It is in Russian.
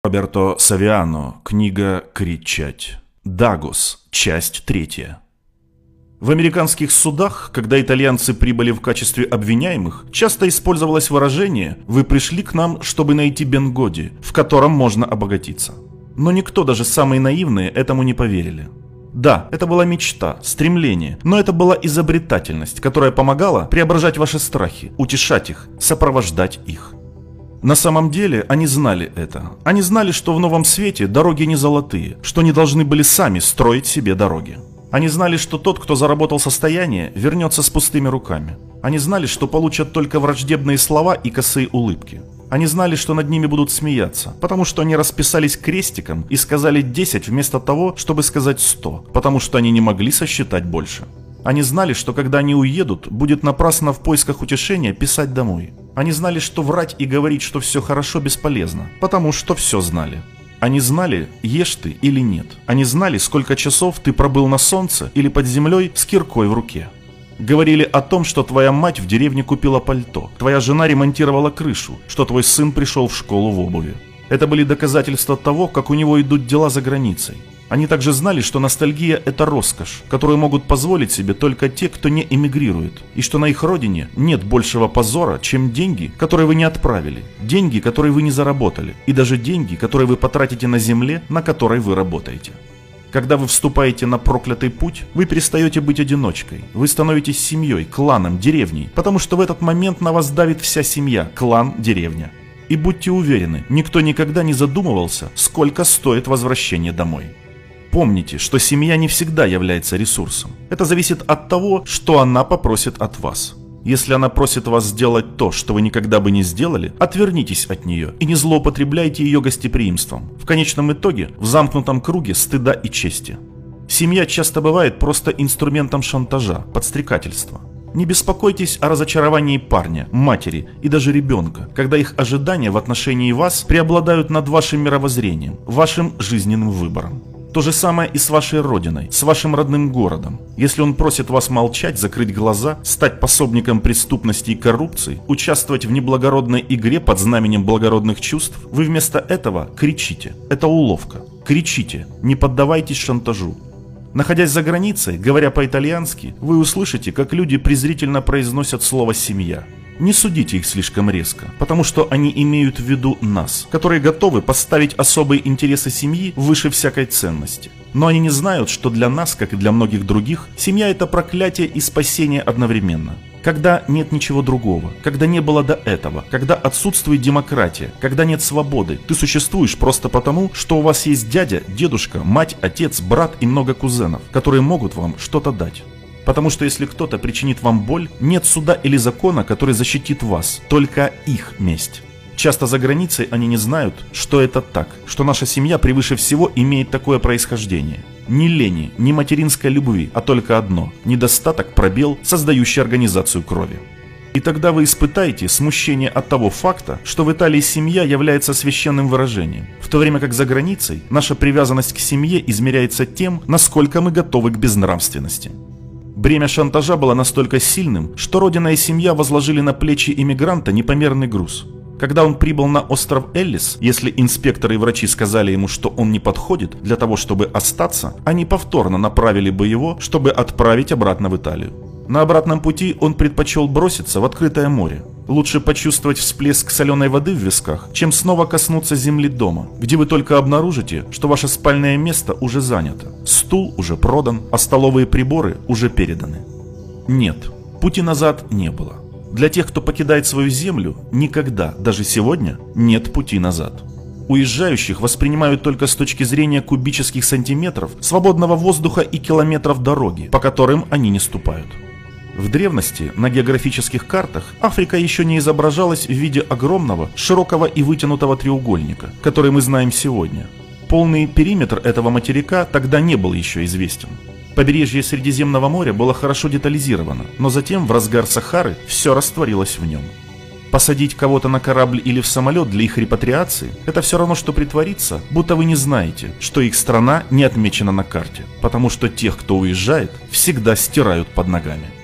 Роберто Савиано. Книга «Кричать». Дагос. Часть 3. В американских судах, когда итальянцы прибыли в качестве обвиняемых, часто использовалось выражение «Вы пришли к нам, чтобы найти Бенгоди, в котором можно обогатиться». Но никто, даже самые наивные, этому не поверили. Да, это была мечта, стремление, но это была изобретательность, которая помогала преображать ваши страхи, утешать их, сопровождать их. На самом деле они знали это. Они знали, что в новом свете дороги не золотые, что не должны были сами строить себе дороги. Они знали, что тот, кто заработал состояние, вернется с пустыми руками. Они знали, что получат только враждебные слова и косые улыбки. Они знали, что над ними будут смеяться, потому что они расписались крестиком и сказали 10 вместо того, чтобы сказать 100, потому что они не могли сосчитать больше. Они знали, что когда они уедут, будет напрасно в поисках утешения писать домой. Они знали, что врать и говорить, что все хорошо, бесполезно, потому что все знали. Они знали, ешь ты или нет. Они знали, сколько часов ты пробыл на солнце или под землей с киркой в руке. Говорили о том, что твоя мать в деревне купила пальто, твоя жена ремонтировала крышу, что твой сын пришел в школу в обуви. Это были доказательства того, как у него идут дела за границей. Они также знали, что ностальгия – это роскошь, которую могут позволить себе только те, кто не эмигрирует, и что на их родине нет большего позора, чем деньги, которые вы не отправили, деньги, которые вы не заработали, и даже деньги, которые вы потратите на земле, на которой вы работаете. Когда вы вступаете на проклятый путь, вы перестаете быть одиночкой, вы становитесь семьей, кланом, деревней, потому что в этот момент на вас давит вся семья, клан, деревня. И будьте уверены, никто никогда не задумывался, сколько стоит возвращение домой. Помните, что семья не всегда является ресурсом. Это зависит от того, что она попросит от вас. Если она просит вас сделать то, что вы никогда бы не сделали, отвернитесь от нее и не злоупотребляйте ее гостеприимством. В конечном итоге, в замкнутом круге стыда и чести. Семья часто бывает просто инструментом шантажа, подстрекательства. Не беспокойтесь о разочаровании парня, матери и даже ребенка, когда их ожидания в отношении вас преобладают над вашим мировоззрением, вашим жизненным выбором. То же самое и с вашей родиной, с вашим родным городом. Если он просит вас молчать, закрыть глаза, стать пособником преступности и коррупции, участвовать в неблагородной игре под знаменем благородных чувств, вы вместо этого кричите. Это уловка. Кричите, не поддавайтесь шантажу. Находясь за границей, говоря по-итальянски, вы услышите, как люди презрительно произносят слово «семья». Не судите их слишком резко, потому что они имеют в виду нас, которые готовы поставить особые интересы семьи выше всякой ценности. Но они не знают, что для нас, как и для многих других, семья – это проклятие и спасение одновременно. Когда нет ничего другого, когда не было до этого, когда отсутствует демократия, когда нет свободы, ты существуешь просто потому, что у вас есть дядя, дедушка, мать, отец, брат и много кузенов, которые могут вам что-то дать. Потому что если кто-то причинит вам боль, нет суда или закона, который защитит вас, только их месть. Часто за границей они не знают, что это так, что наша семья превыше всего имеет такое происхождение. Ни лени, ни материнской любви, а только одно – недостаток, пробел, создающий организацию крови. И тогда вы испытаете смущение от того факта, что в Италии семья является священным выражением, в то время как за границей наша привязанность к семье измеряется тем, насколько мы готовы к безнравственности. Бремя шантажа было настолько сильным, что родина и семья возложили на плечи иммигранта непомерный груз. Когда он прибыл на остров Эллис, если инспекторы и врачи сказали ему, что он не подходит для того, чтобы остаться, они повторно направили бы его, чтобы отправить обратно в Италию. На обратном пути он предпочел броситься в открытое море. Лучше почувствовать всплеск соленой воды в висках, чем снова коснуться земли дома, где вы только обнаружите, что ваше спальное место уже занято, стул уже продан, а столовые приборы уже переданы. Нет, пути назад не было. Для тех, кто покидает свою землю, никогда, даже сегодня, нет пути назад. Уезжающих воспринимают только с точки зрения кубических сантиметров, свободного воздуха и километров дороги, по которым они не ступают. В древности на географических картах Африка еще не изображалась в виде огромного, широкого и вытянутого треугольника, который мы знаем сегодня. Полный периметр этого материка тогда не был еще известен. Побережье Средиземного моря было хорошо детализировано, но затем в разгар Сахары все растворилось в нем. Посадить кого-то на корабль или в самолет для их репатриации – это все равно, что притвориться, будто вы не знаете, что их страна не отмечена на карте, потому что тех, кто уезжает, всегда стирают под ногами.